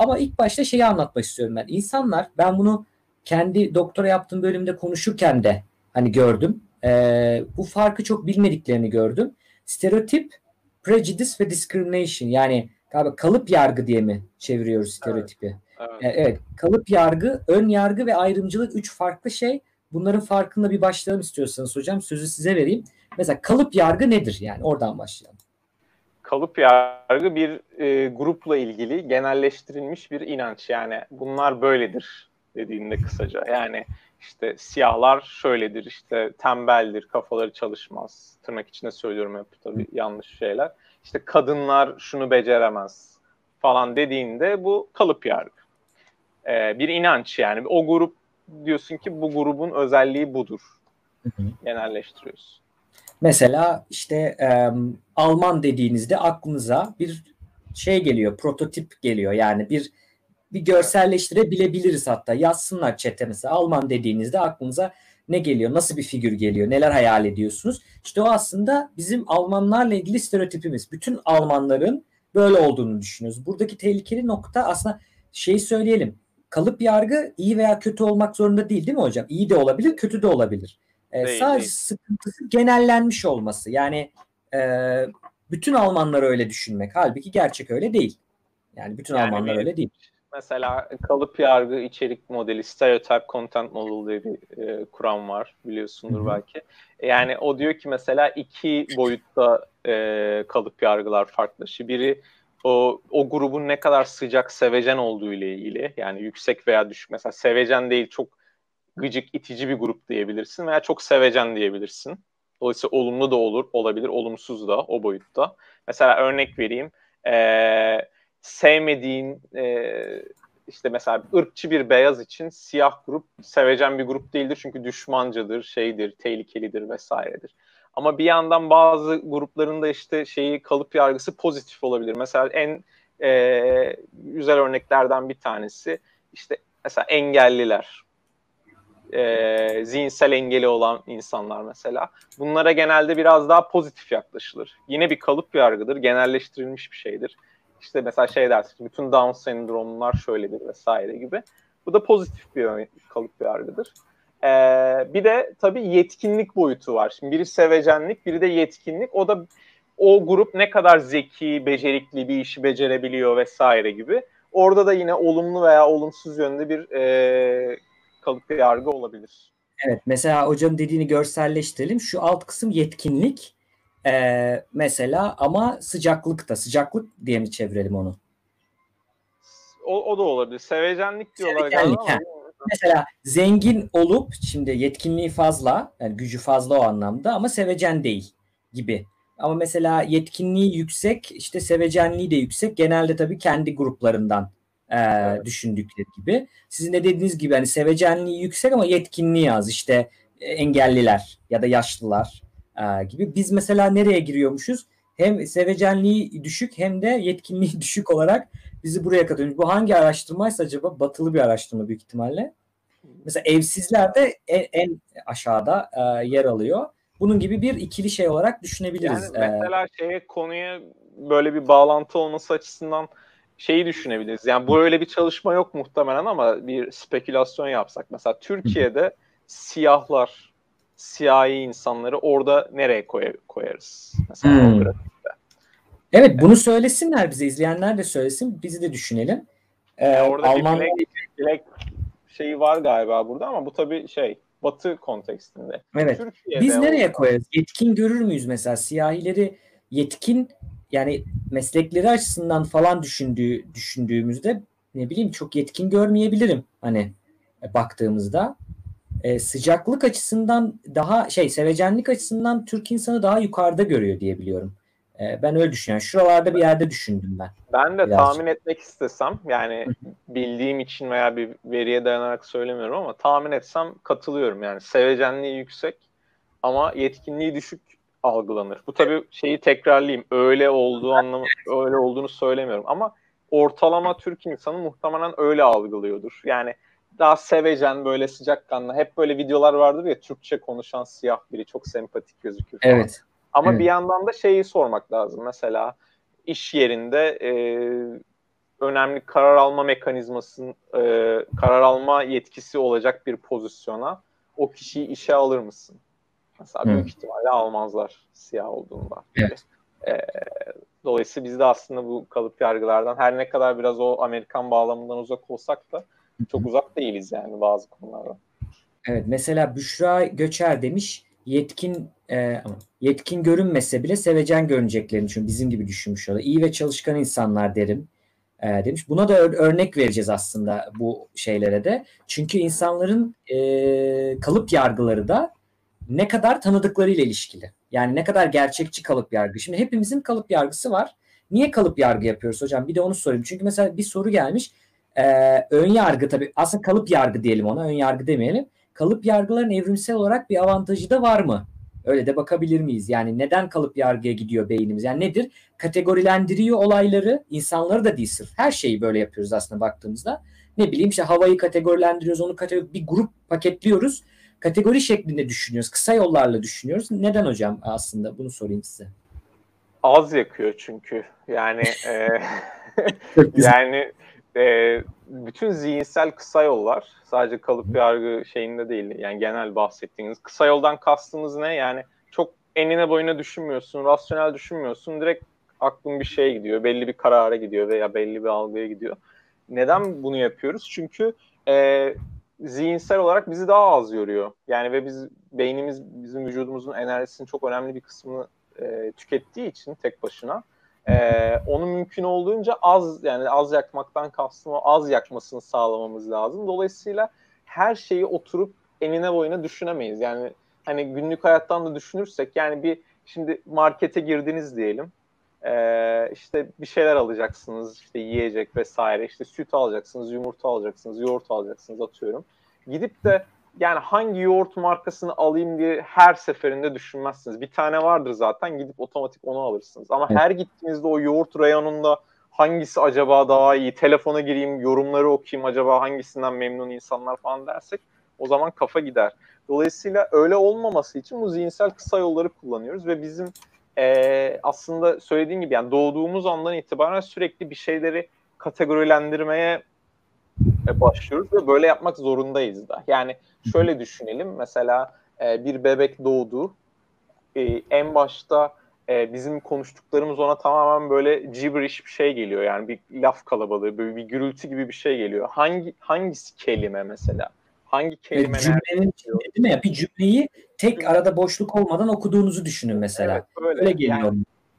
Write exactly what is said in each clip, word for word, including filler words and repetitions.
ama ilk başta şeyi anlatmak istiyorum ben. İnsanlar, ben bunu kendi doktora yaptığım bölümde konuşurken de hani gördüm. Ee, bu farkı çok bilmediklerini gördüm. Stereotip, prejudice ve discrimination, yani galiba kalıp yargı diye mi çeviriyoruz stereotipi? Evet, Evet. Ee, evet, kalıp yargı, ön yargı ve ayrımcılık üç farklı şey. Bunların farkında bir başlayalım istiyorsanız hocam. Sözü size vereyim. Mesela kalıp yargı nedir? Yani oradan başlayalım. Kalıp yargı bir e, grupla ilgili genelleştirilmiş bir inanç. Yani bunlar böyledir dediğinde kısaca. Yani işte siyahlar şöyledir, işte tembeldir, kafaları çalışmaz. Tırnak içinde söylüyorum hep tabii yanlış şeyler. İşte kadınlar şunu beceremez falan dediğinde bu kalıp yargı. E, bir inanç yani. O grup, diyorsun ki bu grubun özelliği budur. Hı hı. Genelleştiriyorsun. Mesela işte e, Alman dediğinizde aklınıza bir şey geliyor, prototip geliyor. Yani bir bir görselleştirebilebiliriz hatta. Yazsınlar chat'e mesela Alman dediğinizde aklınıza ne geliyor, nasıl bir figür geliyor, neler hayal ediyorsunuz? İşte o aslında bizim Almanlarla ilgili stereotipimiz. Bütün Almanların böyle olduğunu düşünüyoruz. Buradaki tehlikeli nokta aslında şeyi söyleyelim. Kalıp yargı iyi veya kötü olmak zorunda değil, değil mi hocam? İyi de olabilir, kötü de olabilir. Ee, Değil, sadece değil. sıkıntısı genellenmiş olması. Yani e, bütün Almanlar öyle düşünmek. Halbuki gerçek öyle değil. Yani bütün Yani Almanlar bir öyle değil. mesela kalıp yargı içerik modeli, stereotype content model diye bir e, kuram var, biliyorsundur Hı hı. belki. Yani o diyor ki mesela iki boyutta e, kalıp yargılar farklılaşıyor. Biri o, o grubun ne kadar sıcak, sevecen olduğu ile ilgili. Yani yüksek veya düşük. Mesela sevecen değil, çok gıcık, itici bir grup diyebilirsin veya çok sevecen diyebilirsin. Dolayısıyla olumlu da olur, olabilir, olumsuz da o boyutta. Mesela örnek vereyim. Eee sevmediğin e, işte mesela ırkçı bir beyaz için siyah grup sevecen bir grup değildir. Çünkü düşmancadır, şeydir, tehlikelidir vesairedir. Ama bir yandan bazı grupların da işte şeyi kalıp yargısı pozitif olabilir. Mesela en e, güzel örneklerden bir tanesi işte mesela engelliler. E, zihinsel engeli olan insanlar mesela. Bunlara genelde biraz daha pozitif yaklaşılır. Yine bir kalıp yargıdır, genelleştirilmiş bir şeydir. İşte mesela şey dersin, bütün Down sendromlar şöyledir vesaire gibi. Bu da pozitif bir kalıp yargıdır. Ee, bir de tabii yetkinlik boyutu var. Şimdi biri sevecenlik, biri de yetkinlik. O da o grup ne kadar zeki, becerikli bir işi becerebiliyor vesaire gibi. Orada da yine olumlu veya olumsuz yönde bir e, kalıp yargı olabilir. Evet, mesela hocam dediğini görselleştirelim. Şu alt kısım yetkinlik. Ee, mesela ama sıcaklık da. Sıcaklık diye mi çevirelim onu? O, o da olabilir. Sevecenlik diyorlar galiba Sevecenlik. ama Ha. Mesela zengin olup şimdi yetkinliği fazla, yani gücü fazla o anlamda ama sevecen değil gibi. Ama mesela yetkinliği yüksek, işte sevecenliği de yüksek. Genelde tabii kendi gruplarından e, evet. düşündükleri gibi. Sizin de dediğiniz gibi hani sevecenliği yüksek ama yetkinliği az. İşte e, engelliler ya da yaşlılar e, gibi. Biz mesela nereye giriyormuşuz? Hem sevecenliği düşük hem de yetkinliği düşük olarak bizi buraya katıyormuş. Bu hangi araştırmaysa acaba? Batılı bir araştırma büyük ihtimalle. Mesela evsizler de en, en aşağıda e, yer alıyor. Bunun gibi bir ikili şey olarak Yani düşünebiliriz. E, mesela şeye konuya böyle bir bağlantı olması açısından şeyi düşünebiliriz. Yani böyle bir çalışma yok muhtemelen ama bir spekülasyon yapsak. Mesela Türkiye'de siyahlar, siyahi insanları orada nereye koy koyarız? Mesela o hmm. grafikte. Evet, bunu söylesinler bize. İzleyenler de söylesin. Bizi de düşünelim. E, Yani orada bir Almanlar. black, black şeyi var galiba burada ama bu tabii şey Batı kontekstinde. Evet. Biz Türkiye'de nereye olsa koyarız? Yetkin görür müyüz mesela? Siyahileri yetkin, yani meslekleri açısından falan düşündüğü düşündüğümüzde ne bileyim çok yetkin görmeyebilirim hani e, baktığımızda. E, sıcaklık açısından daha şey sevecenlik açısından Türk insanı daha yukarıda görüyor diye biliyorum. E, ben öyle düşünüyorum. Şuralarda bir yerde düşündüm ben ben de birazcık. tahmin etmek istesem yani bildiğim için veya bir veriye dayanarak söylemiyorum ama tahmin etsem katılıyorum. Yani sevecenliği yüksek ama yetkinliği düşük algılanır. Bu tabii şeyi tekrarlayayım. Öyle olduğu anlamı öyle olduğunu söylemiyorum ama ortalama Türk insanı muhtemelen öyle algılıyordur. Yani daha sevecen böyle sıcakkanlı hep böyle videolar vardır ya Türkçe konuşan siyah biri çok sempatik gözükür falan. Evet. Ama bir Evet. yandan da şeyi sormak lazım. Mesela iş yerinde e, önemli karar alma mekanizmasının, e, karar alma yetkisi olacak bir pozisyona o kişiyi işe alır mısın? Mesela Hı. büyük ihtimalle almazlar siyah olduğunda. Evet. E, dolayısıyla biz de aslında bu kalıp yargılardan her ne kadar biraz o Amerikan bağlamından uzak olsak da çok uzak değiliz yani bazı konularda. Evet, mesela Büşra Göçer demiş, yetkin e, yetkin görünmese bile sevecen görüneceklerini düşün. Bizim gibi düşünmüş o da. İyi ve çalışkan insanlar derim e, demiş. Buna da ör- örnek vereceğiz aslında bu şeylere de. Çünkü insanların e, kalıp yargıları da ne kadar tanıdıklarıyla ilişkili. Yani ne kadar gerçekçi kalıp yargı. Şimdi hepimizin kalıp yargısı var. Niye kalıp yargı yapıyoruz hocam? Bir de onu sorayım. Çünkü mesela bir soru gelmiş. Ee, ön yargı tabii aslında kalıp yargı diyelim ona. Ön yargı demeyelim. Kalıp yargıların evrimsel olarak bir avantajı da var mı? Öyle de bakabilir miyiz? Yani neden kalıp yargıya gidiyor beynimiz? Yani nedir? Kategorilendiriyor olayları, insanları da değil sırf. Her şeyi böyle yapıyoruz aslında baktığımızda. Ne bileyim işte havayı kategorilendiriyoruz, onu kategori, bir grup paketliyoruz. Kategori şeklinde düşünüyoruz. Kısa yollarla düşünüyoruz. Neden hocam aslında? Bunu sorayım size. Az yakıyor çünkü. Yani e, Çok güzel. yani e, bütün zihinsel kısa yollar sadece kalıp yargı şeyinde değil. Yani genel bahsettiğiniz kısa yoldan kastımız ne? Yani çok enine boyuna düşünmüyorsun, rasyonel düşünmüyorsun. Direkt aklın bir şeye gidiyor, belli bir karara gidiyor veya belli bir algıya gidiyor. Neden bunu yapıyoruz? Çünkü e, zihinsel olarak bizi daha az yoruyor. Yani ve biz beynimiz bizim vücudumuzun enerjisinin çok önemli bir kısmını e, tükettiği için tek başına e, onu mümkün olduğunca az, yani az yakmaktan kastım o az yakmasını sağlamamız lazım. Dolayısıyla her şeyi oturup enine boyuna düşünemeyiz. Yani hani günlük hayattan da düşünürsek, yani bir şimdi markete girdiniz diyelim. Ee, işte bir şeyler alacaksınız, işte yiyecek vesaire, işte süt alacaksınız, yumurta alacaksınız, yoğurt alacaksınız, atıyorum. Gidip de yani hangi yoğurt markasını alayım diye her seferinde düşünmezsiniz. Bir tane vardır zaten, gidip otomatik onu alırsınız. Ama Evet. her gittiğinizde o yoğurt reyonunda hangisi acaba daha iyi, telefona gireyim, yorumları okuyayım, acaba hangisinden memnun insanlar falan dersek o zaman kafa gider. Dolayısıyla öyle olmaması için bu zihinsel kısa yolları kullanıyoruz ve bizim e, aslında söylediğim gibi yani doğduğumuz andan itibaren sürekli bir şeyleri kategorilendirmeye başlıyoruz ve böyle yapmak zorundayız da. Yani şöyle düşünelim, mesela e, bir bebek doğdu. E, en başta e, bizim konuştuklarımız ona tamamen böyle gibberish bir şey geliyor. Yani bir laf kalabalığı, böyle bir gürültü gibi bir şey geliyor. Hangi hangisi kelime mesela? Hangi Evet, kelime nerede cümlenin içinde geçiyor? değil mi? Ya bir cümleyi tek Cümle, arada boşluk olmadan okuduğunuzu düşünün evet mesela. Öyle öyle. Yani geliyor.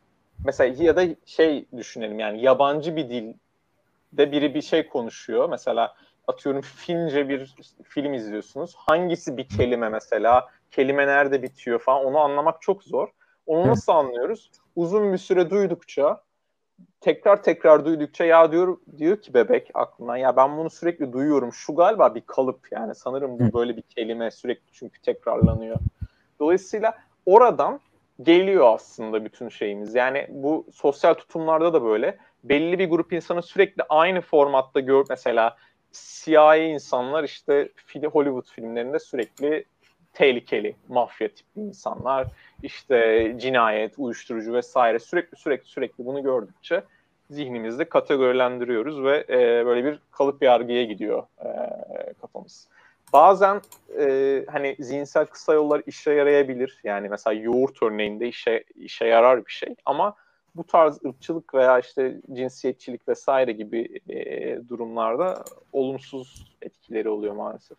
mesela ya da şey düşünelim, yani yabancı bir dilde biri bir şey konuşuyor. Mesela atıyorum Fince bir film izliyorsunuz. Hangisi bir kelime mesela? Kelime nerede bitiyor falan, onu anlamak çok zor. Onu Hı. nasıl anlıyoruz? Uzun bir süre duydukça, tekrar tekrar duydukça ya diyor diyor ki bebek aklından, ya ben bunu sürekli duyuyorum. Şu galiba bir kalıp, yani sanırım Hı. bu böyle bir kelime, sürekli çünkü tekrarlanıyor. Dolayısıyla oradan geliyor aslında bütün şeyimiz. Yani bu sosyal tutumlarda da böyle. Belli bir grup insanı sürekli aynı formatta gör. Mesela siyahi insanlar işte Hollywood filmlerinde sürekli tehlikeli, mafya tipli insanlar, işte cinayet, uyuşturucu vesaire, sürekli sürekli sürekli bunu gördükçe zihnimizde kategorilendiriyoruz ve e, böyle bir kalıp yargıya gidiyor e, kafamız. Bazen e, hani zihinsel kısa yollar işe yarayabilir. Yani mesela yoğurt örneğinde işe işe yarar bir şey. Ama bu tarz ırkçılık veya işte cinsiyetçilik vesaire gibi e, durumlarda olumsuz etkileri oluyor maalesef.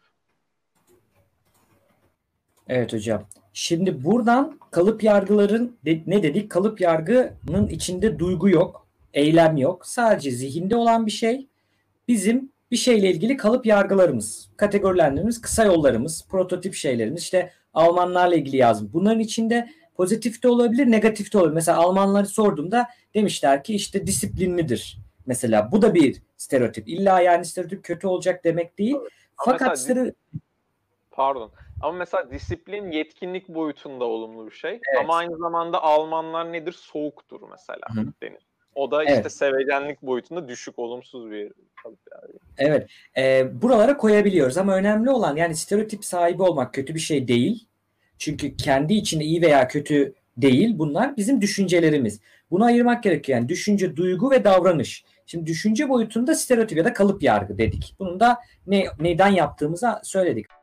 Evet hocam. Şimdi buradan kalıp yargıların de- ne dedik? Kalıp yargının içinde duygu yok, eylem yok. Sadece zihinde olan bir şey. Bizim bir şeyle ilgili kalıp yargılarımız, kategorilendirmemiz, kısa yollarımız, prototip şeylerimiz. İşte Almanlarla ilgili yazdım. Bunların içinde pozitif de olabilir, negatif de olabilir. Mesela Almanları sorduğumda demişler ki işte disiplinlidir. Mesela bu da bir stereotip. İlla yani stereotip kötü olacak demek değil. Ama Fakat mesela stere- pardon. Ama mesela disiplin yetkinlik boyutunda olumlu bir şey. Ama evet. aynı zamanda Almanlar nedir? Soğuktur mesela Hı. denir. O da işte Evet. sevecenlik boyutunda düşük, olumsuz bir kalıp yani. Evet. Ee, buralara koyabiliyoruz ama önemli olan yani stereotip sahibi olmak kötü bir şey değil. Çünkü kendi içinde iyi veya kötü değil bunlar. Bizim düşüncelerimiz. Bunu ayırmak gerekiyor. Yani düşünce, duygu ve davranış. Şimdi düşünce boyutunda stereotip ya da kalıp yargı dedik. Bunun da ne, neden yaptığımızı söyledik.